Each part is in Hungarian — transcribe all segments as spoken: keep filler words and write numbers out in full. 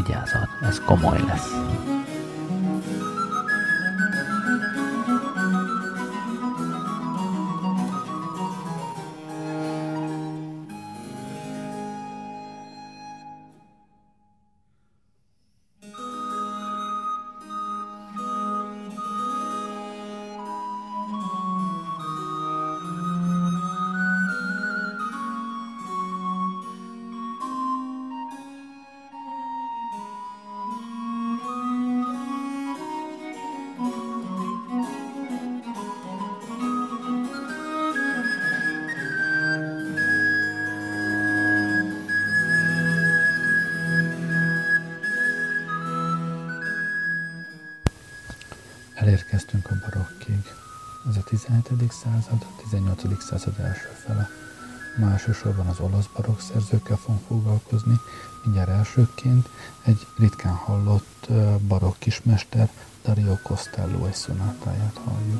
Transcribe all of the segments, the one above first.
vigyázat, ez komoly lesz. Elérkeztünk a barokkig. Ez a tizenhetedik század, a tizennyolcadik század első fele. Ma elsősorban az olasz barokk szerzőkkel fogunk foglalkozni. Mindjárt elsőként egy ritkán hallott barokk kismester, Dario Costello egy szonátáját halljuk.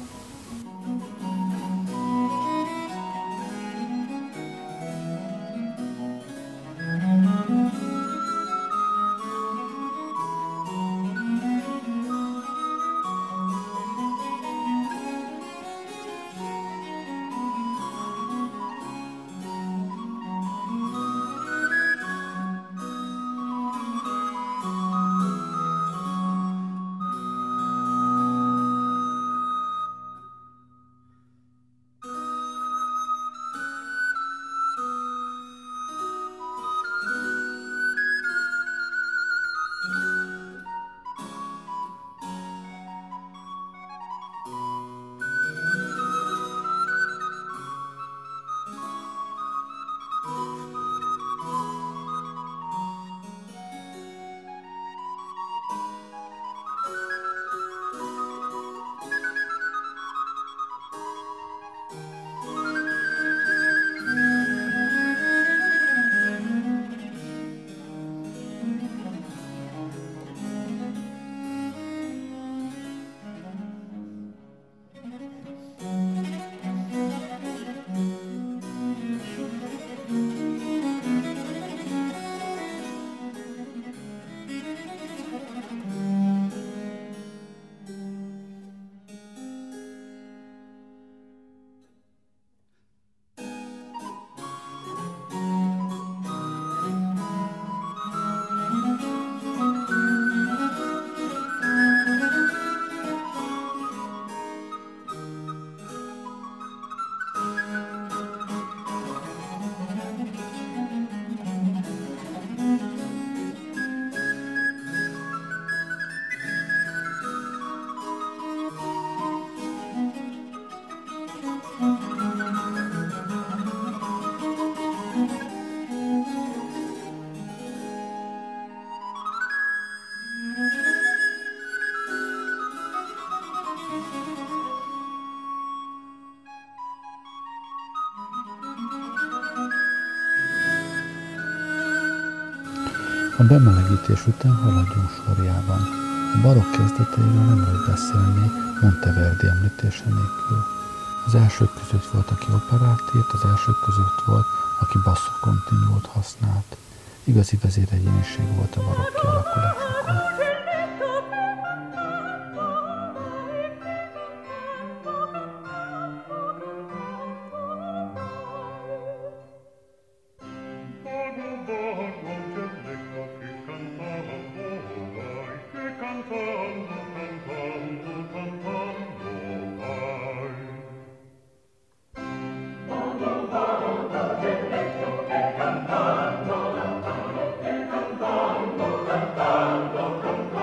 A bemelegítés után haladjunk sorjában. A barokk kezdeteiről nem lehet beszélni Monteverdi említése nélkül. Az elsők között volt, aki operát írt, az elsők között volt, aki basso continuót használt. Igazi vezéregyéniség volt a barokk kialakulásakor. Cantando, cantando,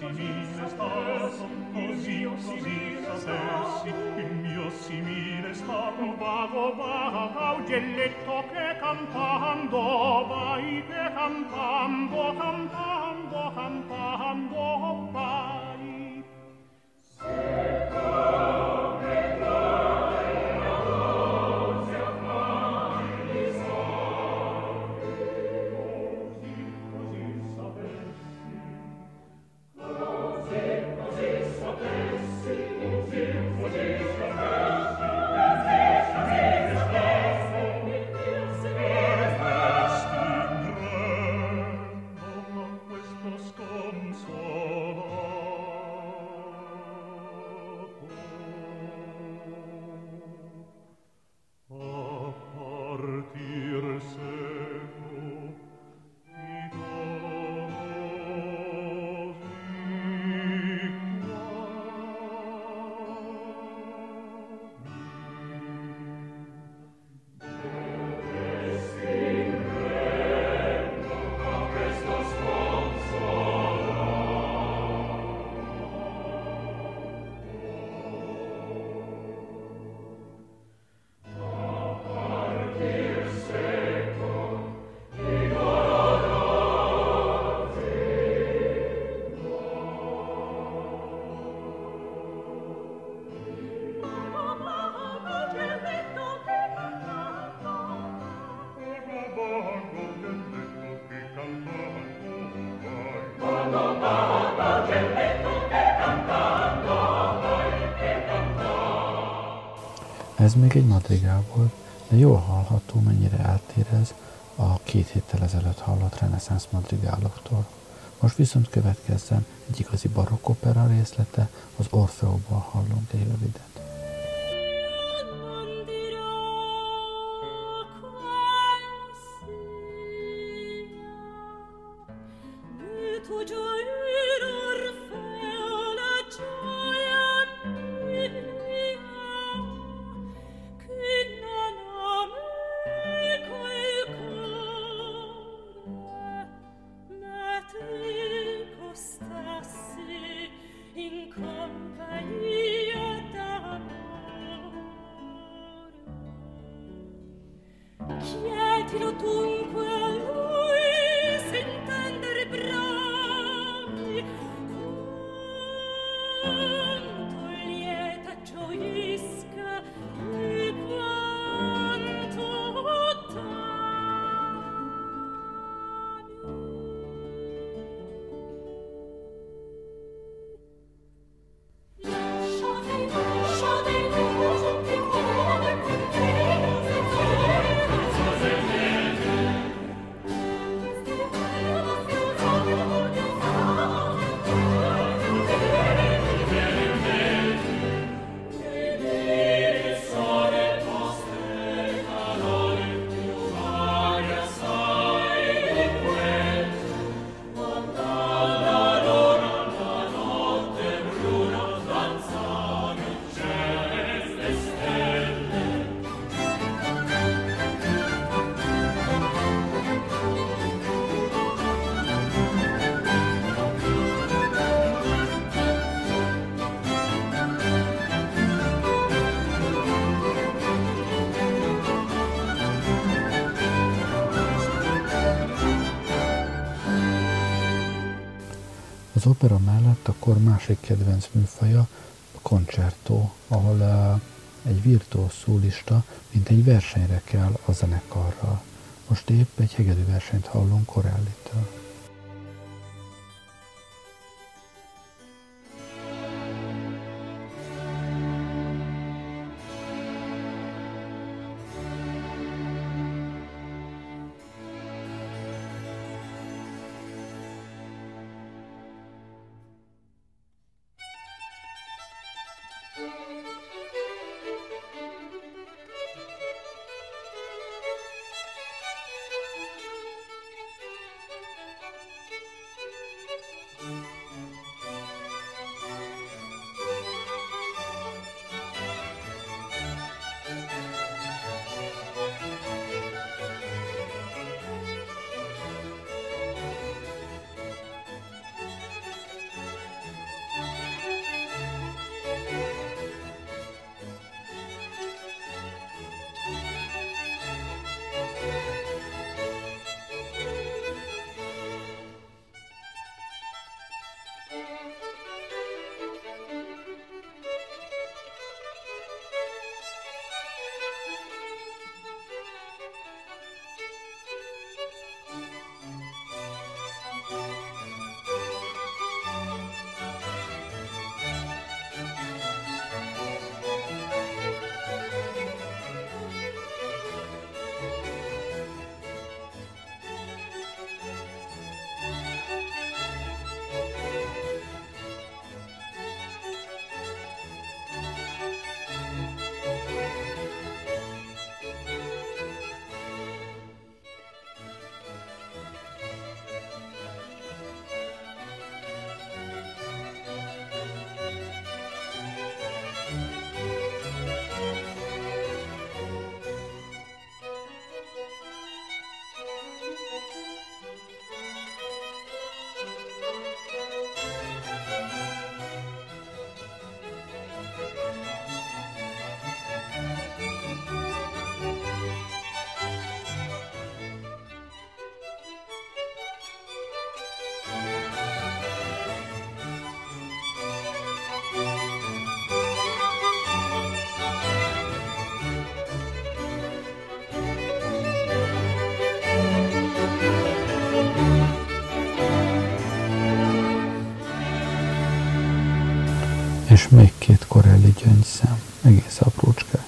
simile stato, così, così sapessi, il mio simile stato. Vago, vago, ugelletto che cantando vai, che cantando, cantando, cantando vai. Se come vai, la voce affari sai, così, così sapessi, così, così sapessi, così, così sapessi, Ez még egy madrigál volt, de jól hallható, mennyire eltér ez a két héttel ezelőtt hallott reneszánsz madrigáloktól. Most viszont következzen egy igazi barokk opera részlete, az Orfeóból hallunk egy rövidet. Az opera mellett a kor másik kedvenc műfaja a concerto, ahol uh, egy virtuóz szólista, mint egy versenyre kell a zenekarral. Most épp egy hegedű versenyt hallunk Corellitől. és még két Corelli gyöngyszem, egész aprócskák.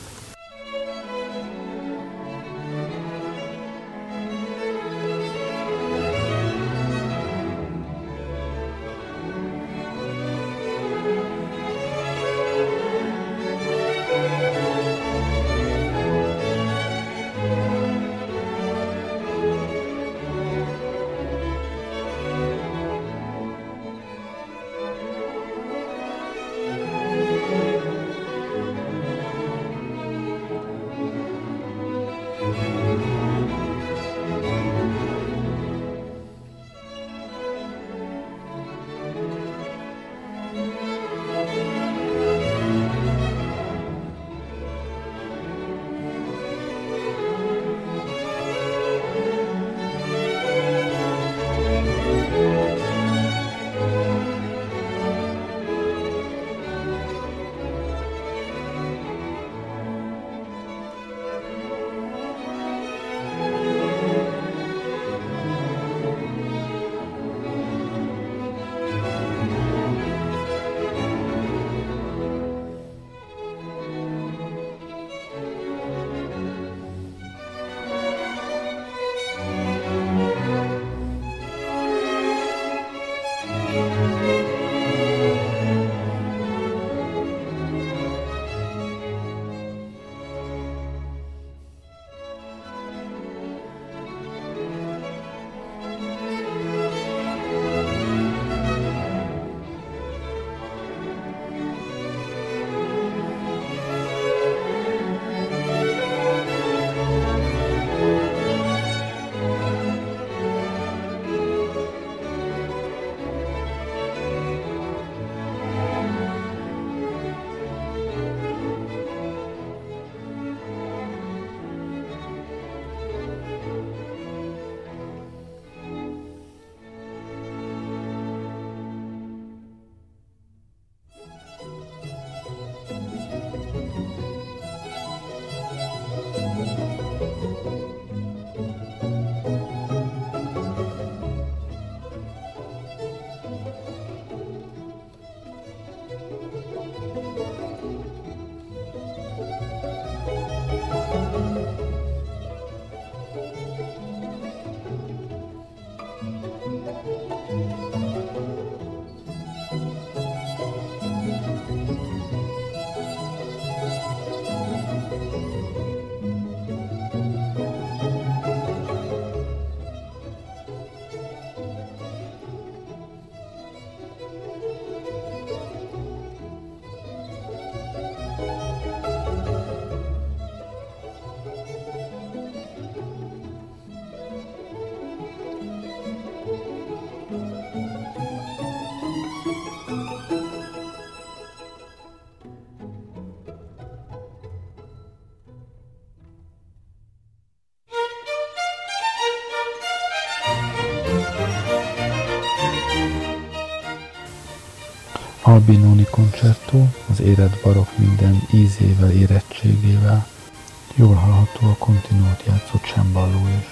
Albinoni koncertó, az érett barokk minden ízével, érettségével, jól hallható a kontinót játszott cemballó is.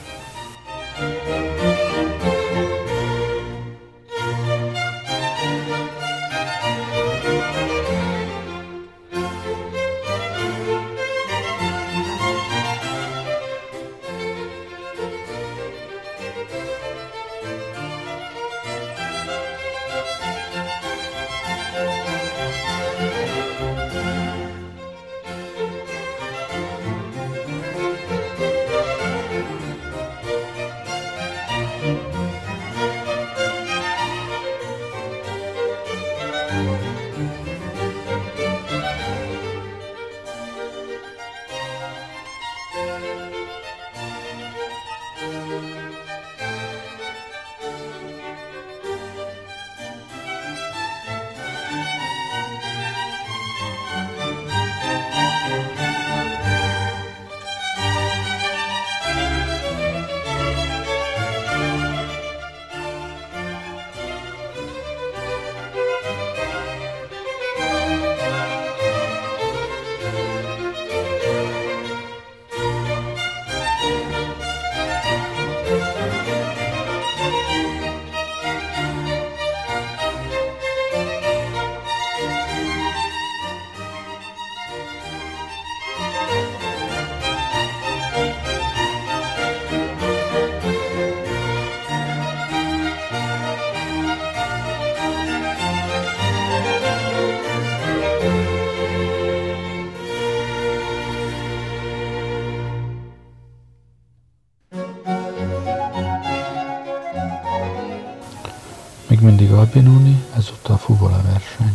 Még mindig Albinoni, ezúttal fuvola verseny.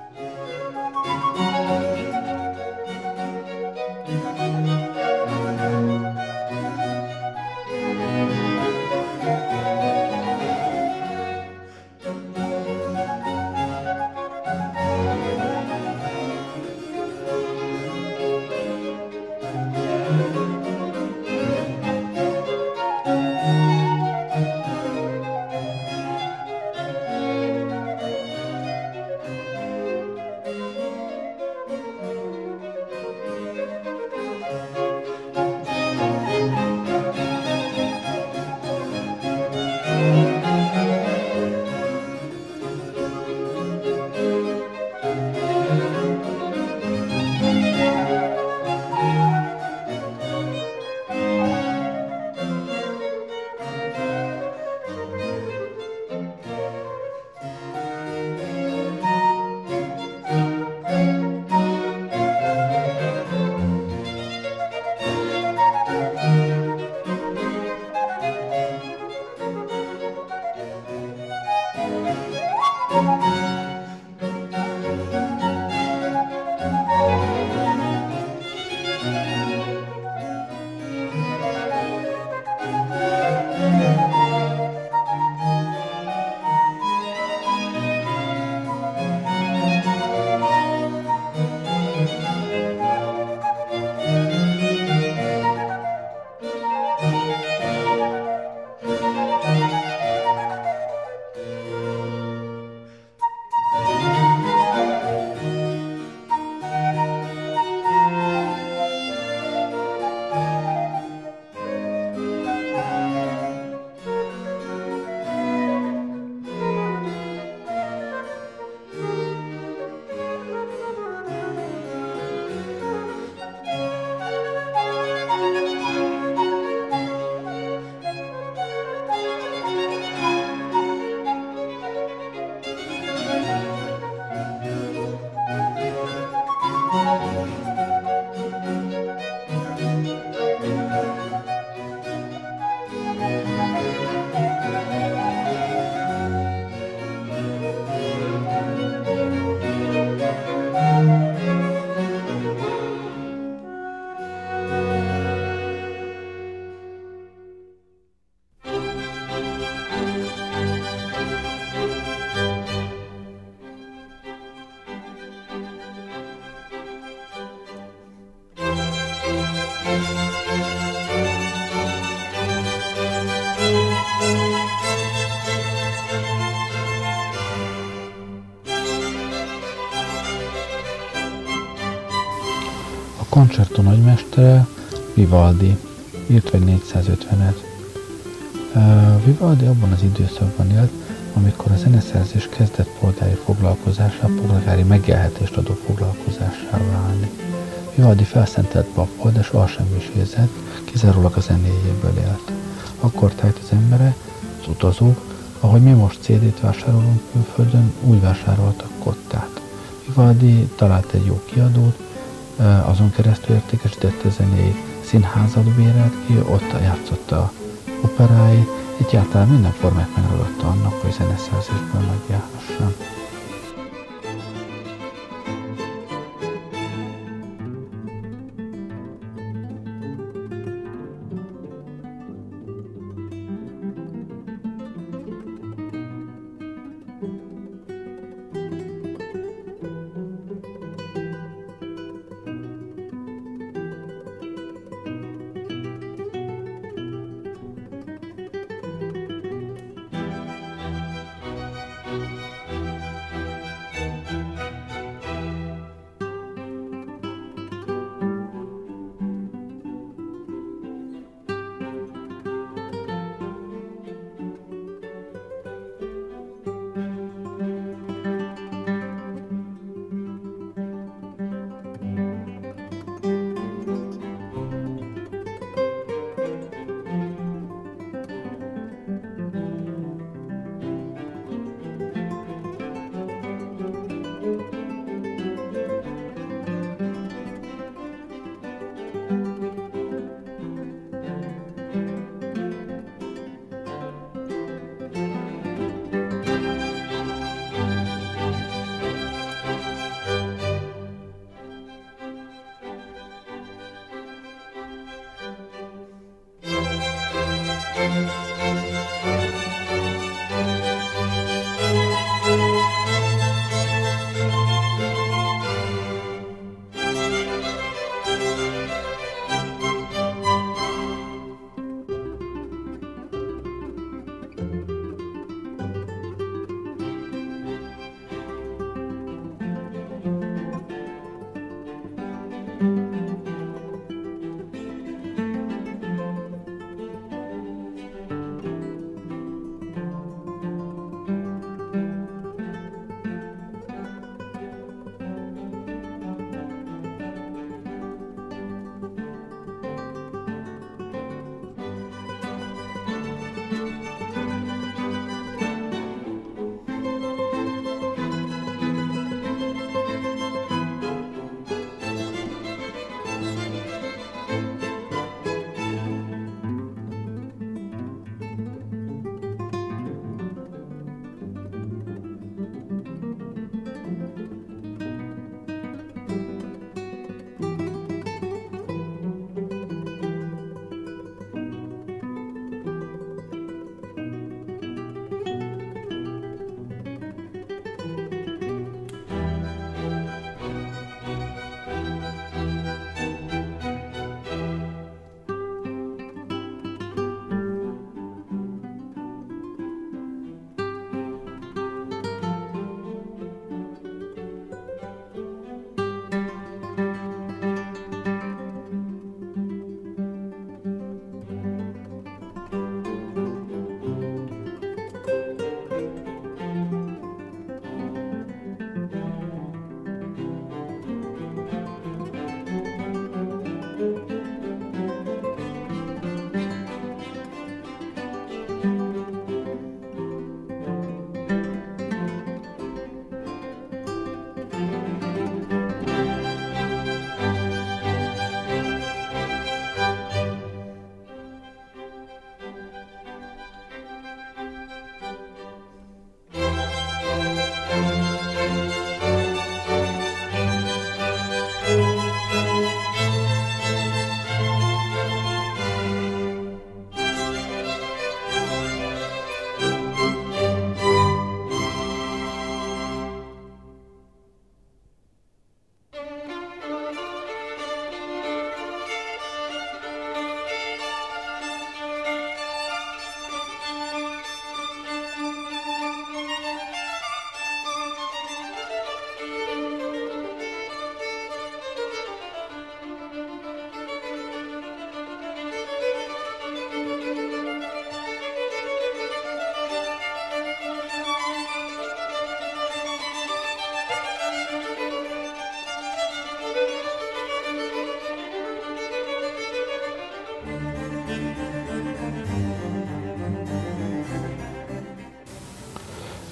Concerto nagymestere Vivaldi, írt vagy négyszázötvenet. Vivaldi abban az időszakban élt, amikor a zeneszerzés kezdett polgári foglalkozásá, polgári megélhetést adó foglalkozássá válni. Vivaldi felszentelt pap volt, de sohasem visézett, kizárólag a zenéjéből élt. Akkor tájt az embere, az utazók, ahogy mi most cé dét vásárolunk külföldön, úgy vásároltak kottát. Vivaldi talált egy jó kiadót, azon keresztül értékesítette zenéjét, színházat bérelt ki, ott játszotta operáit, egyáltalán minden formát megragadta annak, hogy zeneszerzésből megélhessen.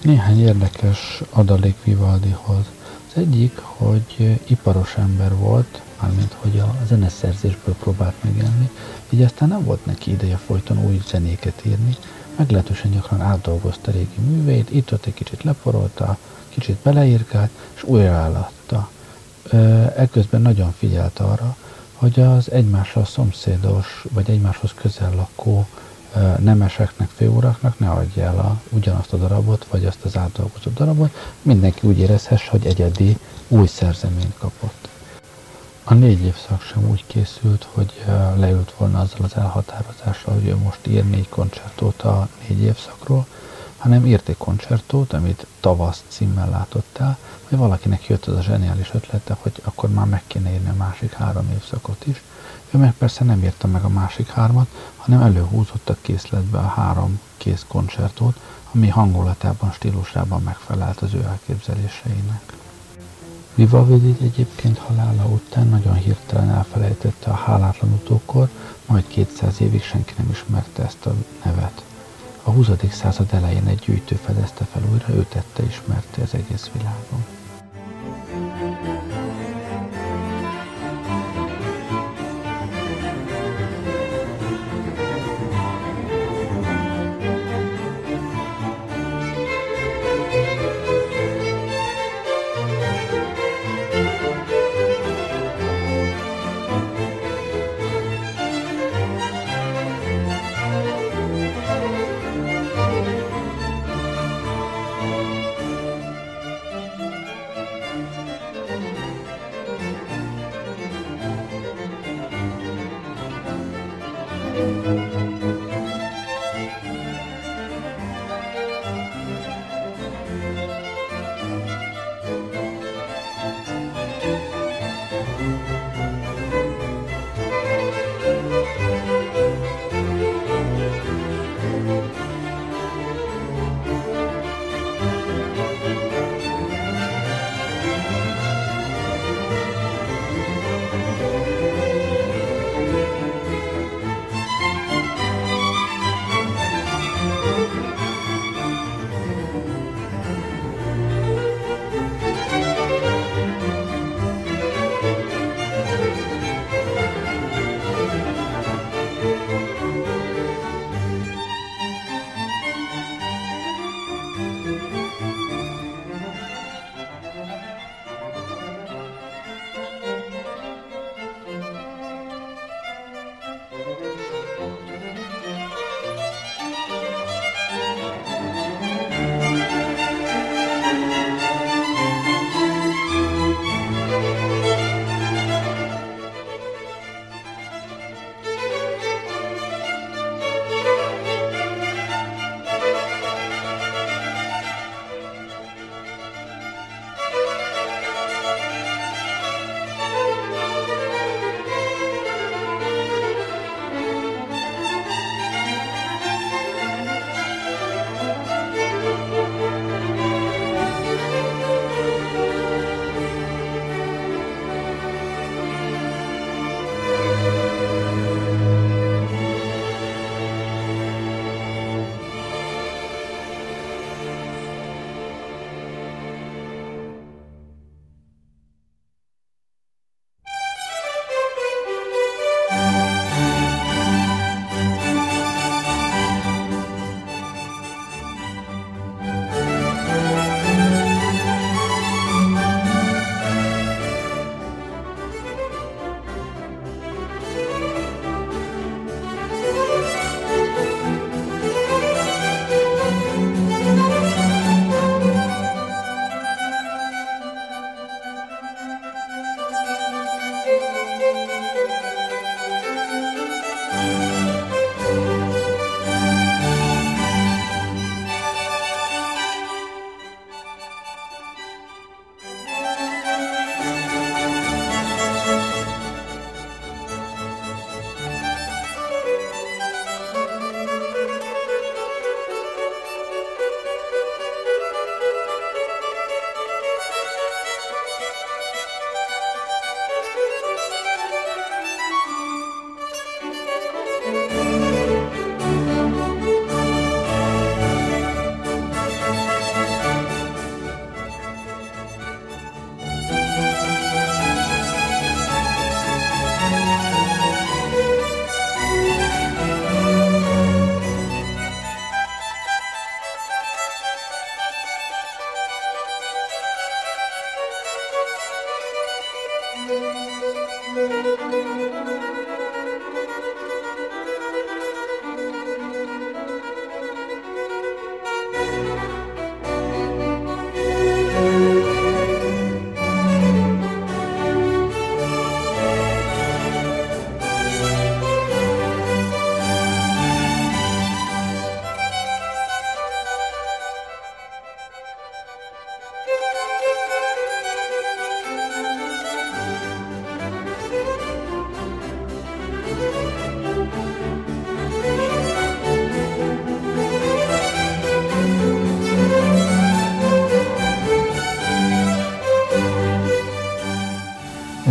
Néhány érdekes adalék Vivaldihoz. Az egyik, hogy iparos ember volt, mármint hogy a zeneszerzésből próbált megélni, így aztán nem volt neki ideje folyton új zenéket írni, meglehetősen gyakran átdolgozta régi műveit, itt-ott egy kicsit leporolta, kicsit beleírkált, és újra eladta. Ekközben nagyon figyelt arra, hogy az egymással szomszédos, vagy egymáshoz közel lakó nemeseknek, főuraknak ne adja el a, ugyanazt a darabot, vagy azt az átdolgozott darabot, mindenki úgy érezhesse, hogy egyedi új szerzeményt kapott. A négy évszak sem úgy készült, hogy leült volna azzal az elhatározással, hogy ő most ír négy koncertót a négy évszakról, hanem írt egy koncertót, amit Tavasz címmel látott el, hogy valakinek jött az a zseniális ötlete, hogy akkor már meg kéne írni a másik három évszakot is. Ő meg persze nem írta meg a másik hármat, hanem előhúzott a készletbe a három kész koncertót, ami hangulatában, stílusában megfelelt az ő elképzeléseinek. Vivaldi egyébként halála után nagyon hirtelen elfelejtette a hálátlan utókor, majd kétszáz évig senki nem ismerte ezt a nevet. A huszadik század elején egy gyűjtő fedezte fel újra, ő tette ismerté az egész világon.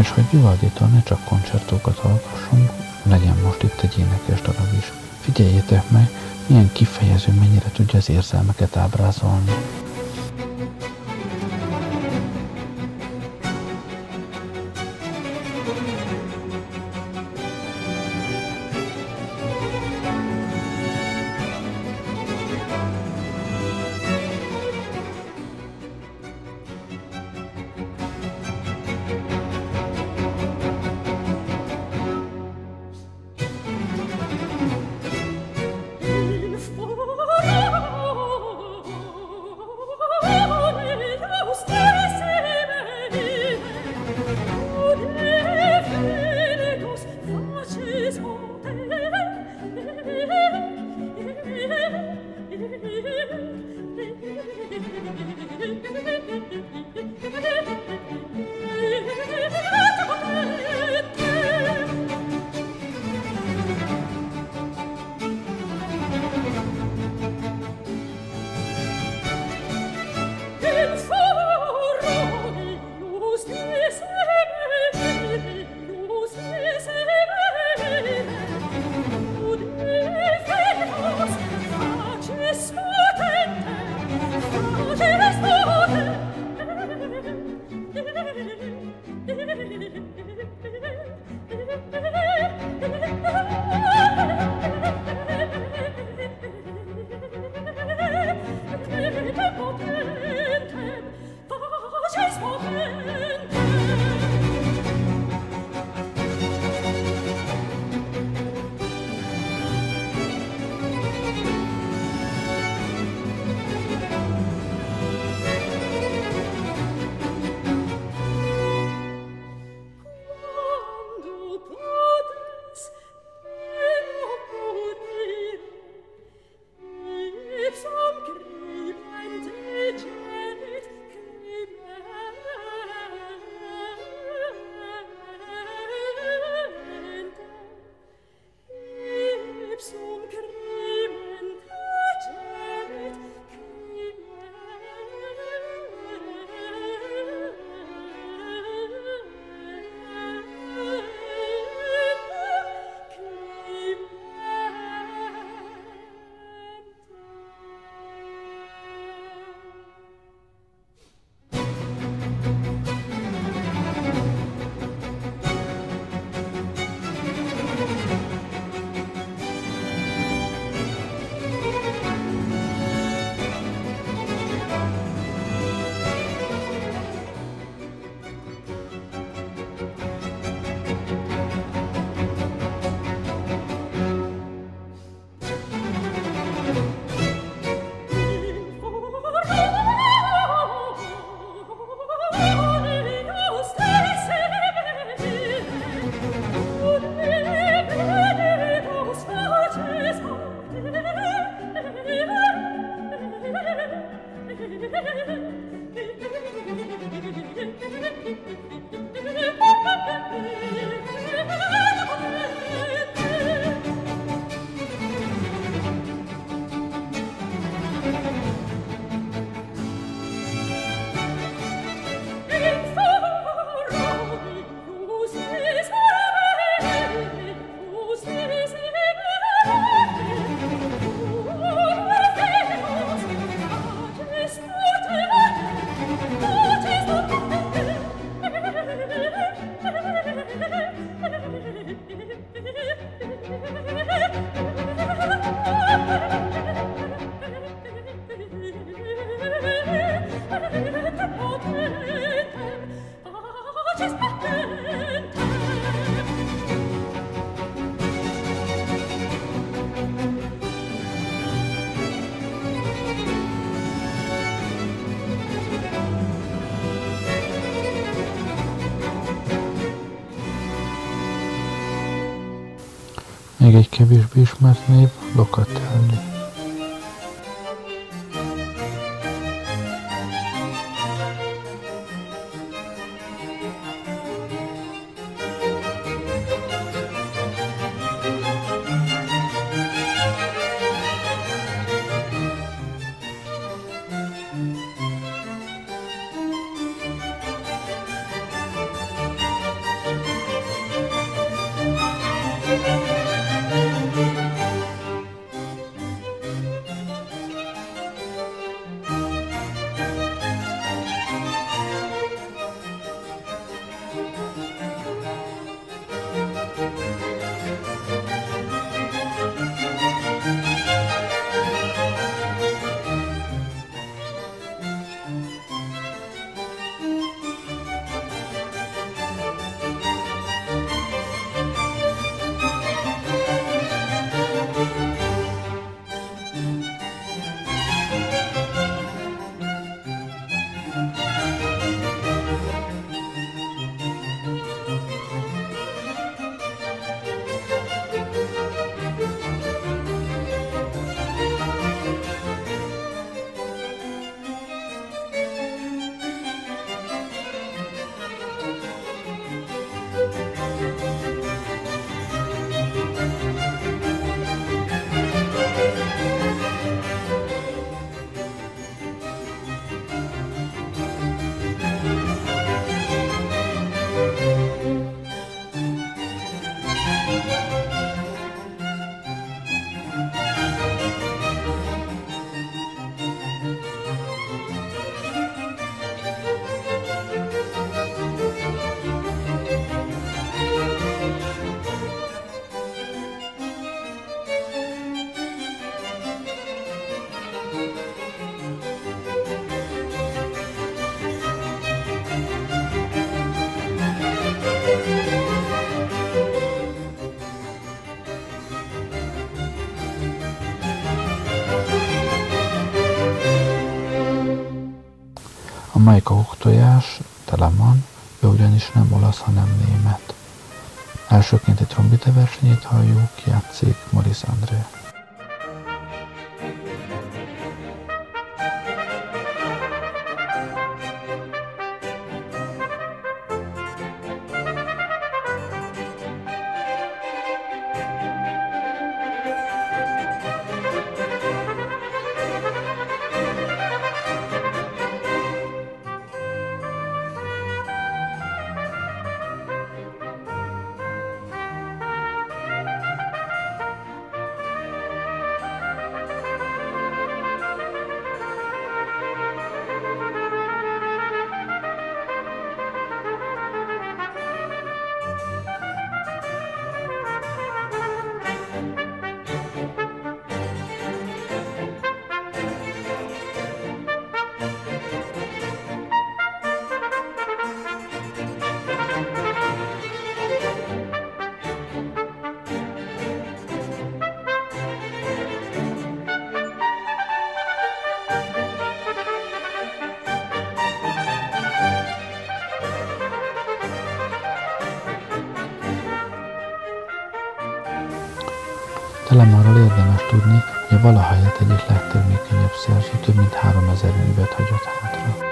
és hogy Vivalditól ne csak koncertókat hallgassunk, legyen most itt egy énekes darab is. Figyeljétek meg, milyen kifejező, mennyire tudja az érzelmeket ábrázolni. Még egy kevésbé ismert név, Locatelli. A Majka húgtojás, Telemann, ő ugyanis nem olasz, hanem német. Elsőként egy trombita versenyét halljuk, játszik Maurice André. Telemannról érdemes tudni, hogy a valaha élt egyik legtermékenyebb szerző, több mint háromezer művet hagyott hátra.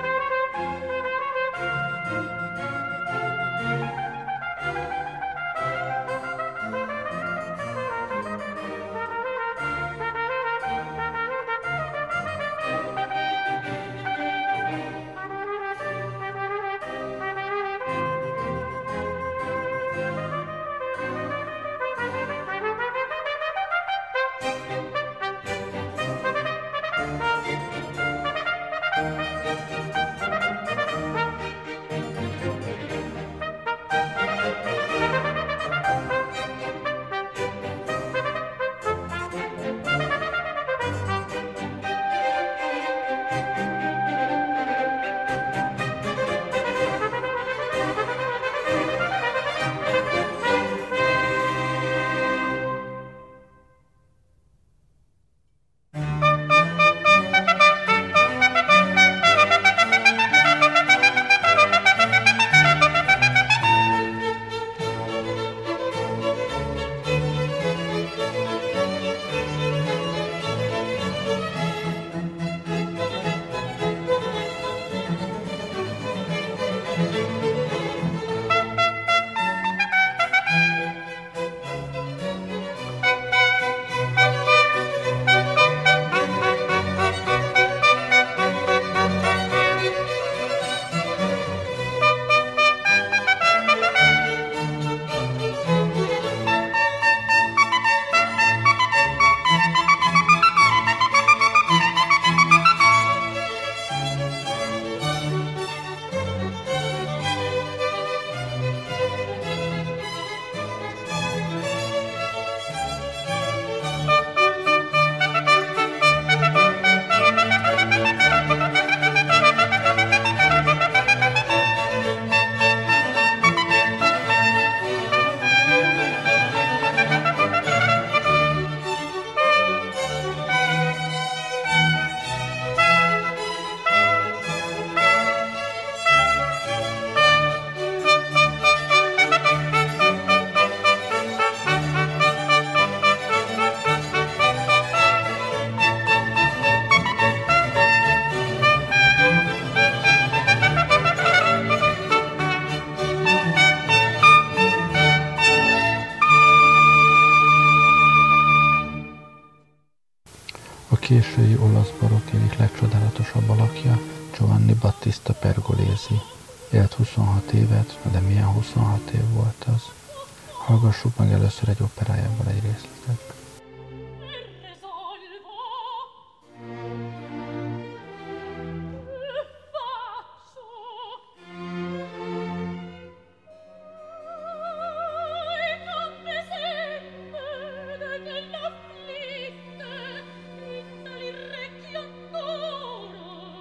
késői olasz barokk egyik legcsodálatosabb alakja Giovanni Battista Pergolesi. Élt huszonhat évet, de milyen huszonhat év volt az. Hallgassuk meg először egy operájával egy részletet.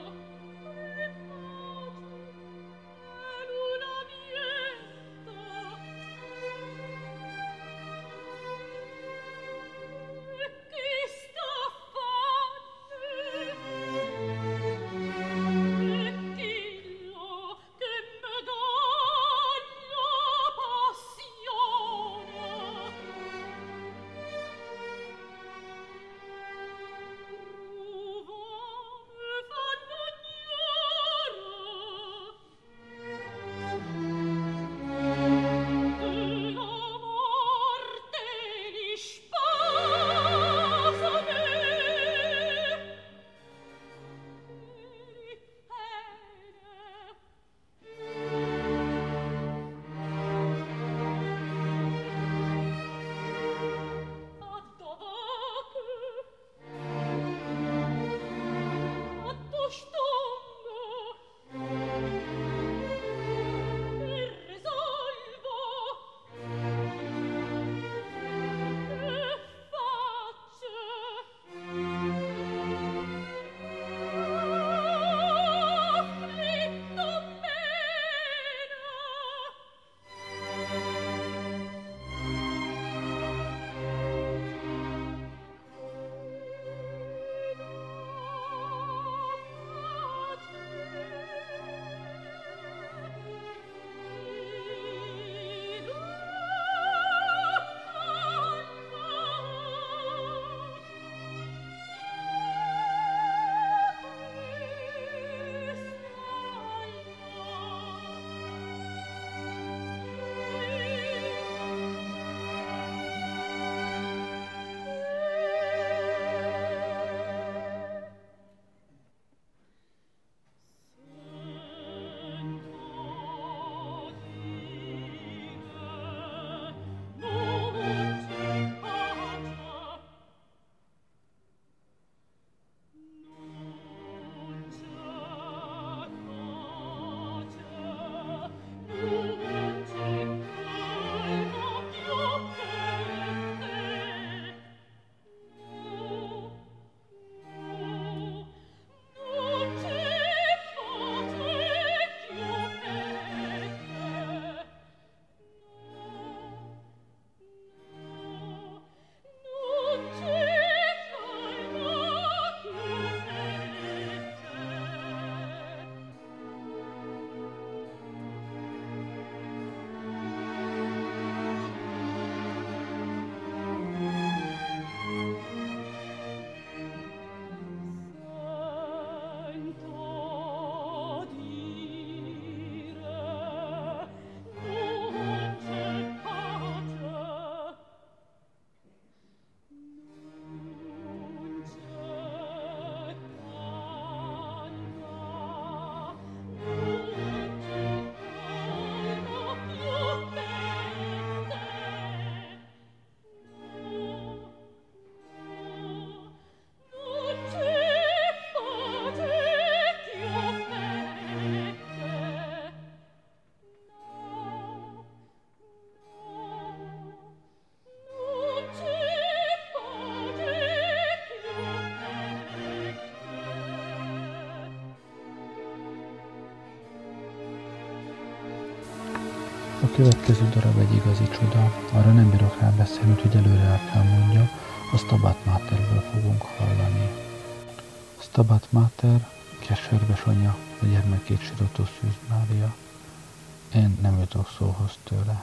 Luna A következő darab egy igazi csoda, arra nem bírok rá beszélni, hogy előre el kell mondja, a Stabat Materből fogunk hallani. Stabat Mater, keserves anya, a gyermekét sirató Szűz Mária. Én nem jutok szóhoz tőle.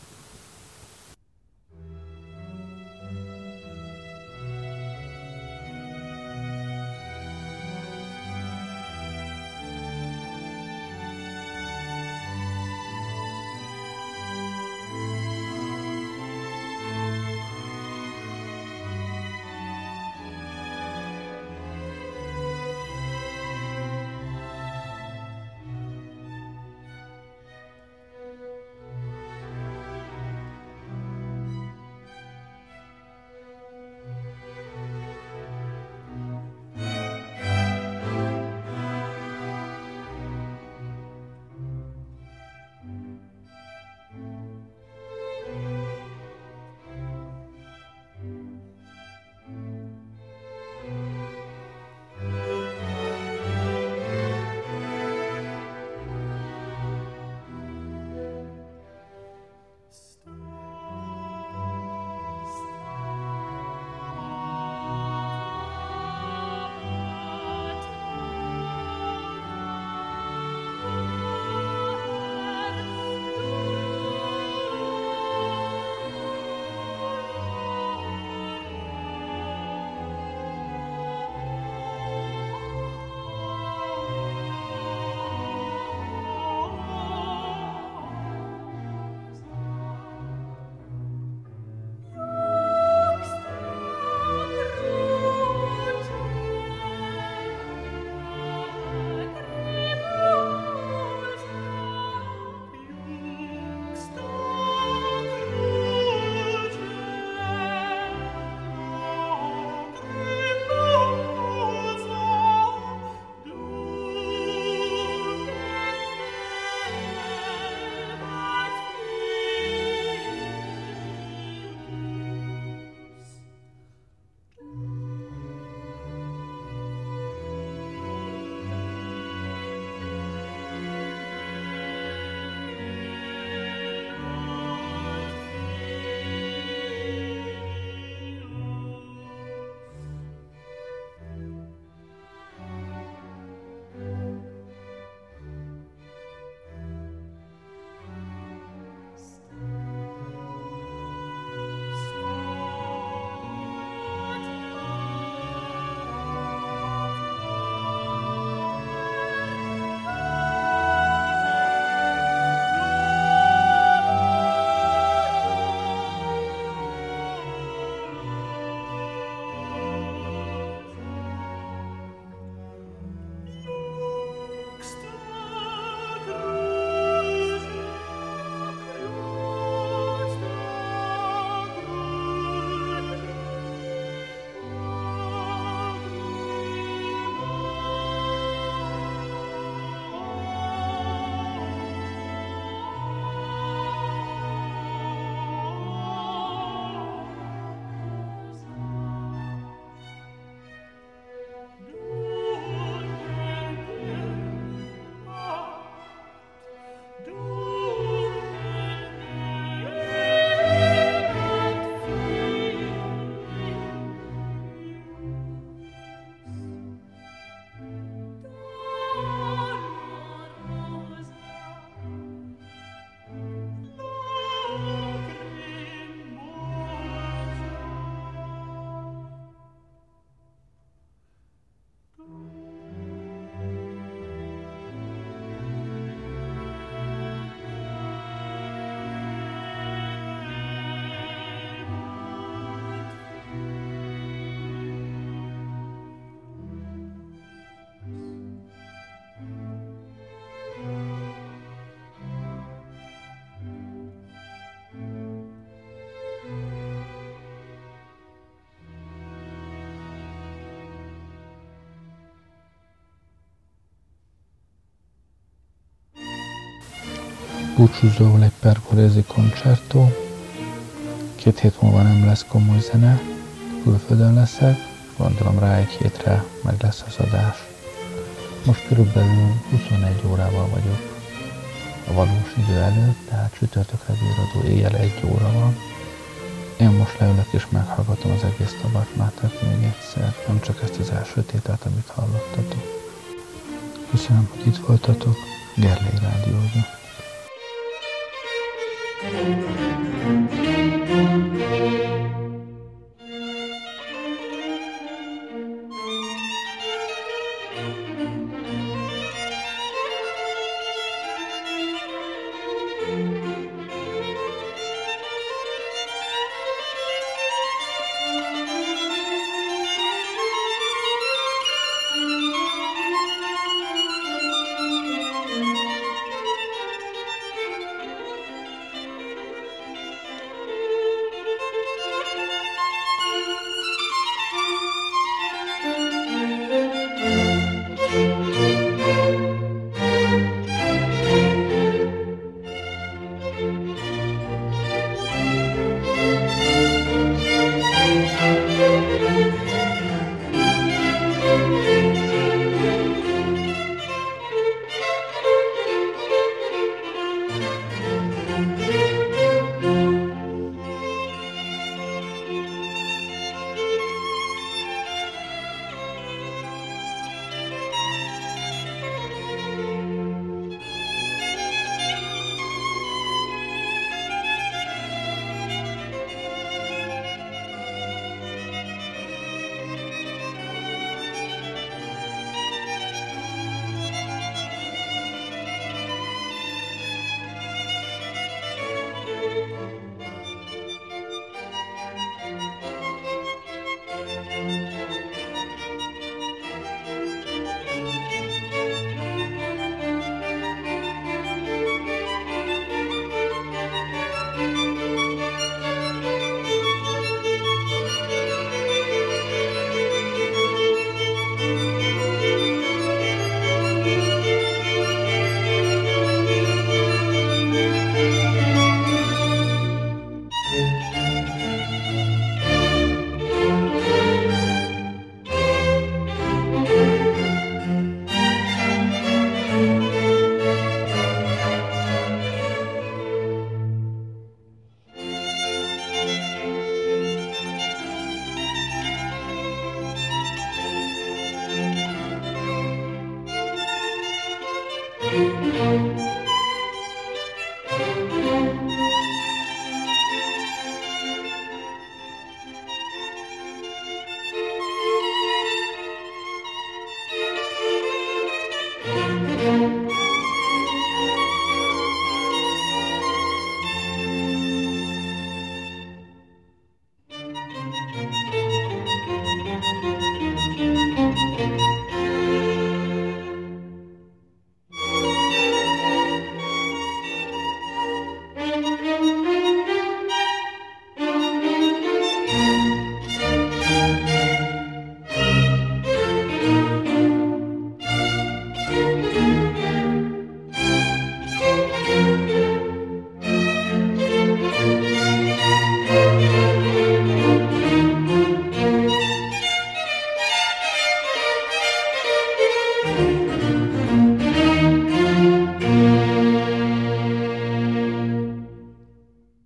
Búcsúzóul egy pergolesi concerto. Két hét múlva nem lesz komoly zene, külföldön leszek, gondolom rá egy hétre meg lesz az adás. Most körülbelül huszonegy órával vagyok a valós idő előtt, tehát csütörtökre virradó éjjel egy óra van. Én most leülök és meghallgatom az egész Tabatmátert még egyszer, nem csak ezt az első tételt, amit hallottatok. Köszönöm, hogy itt voltatok, Gerlei Rádióban.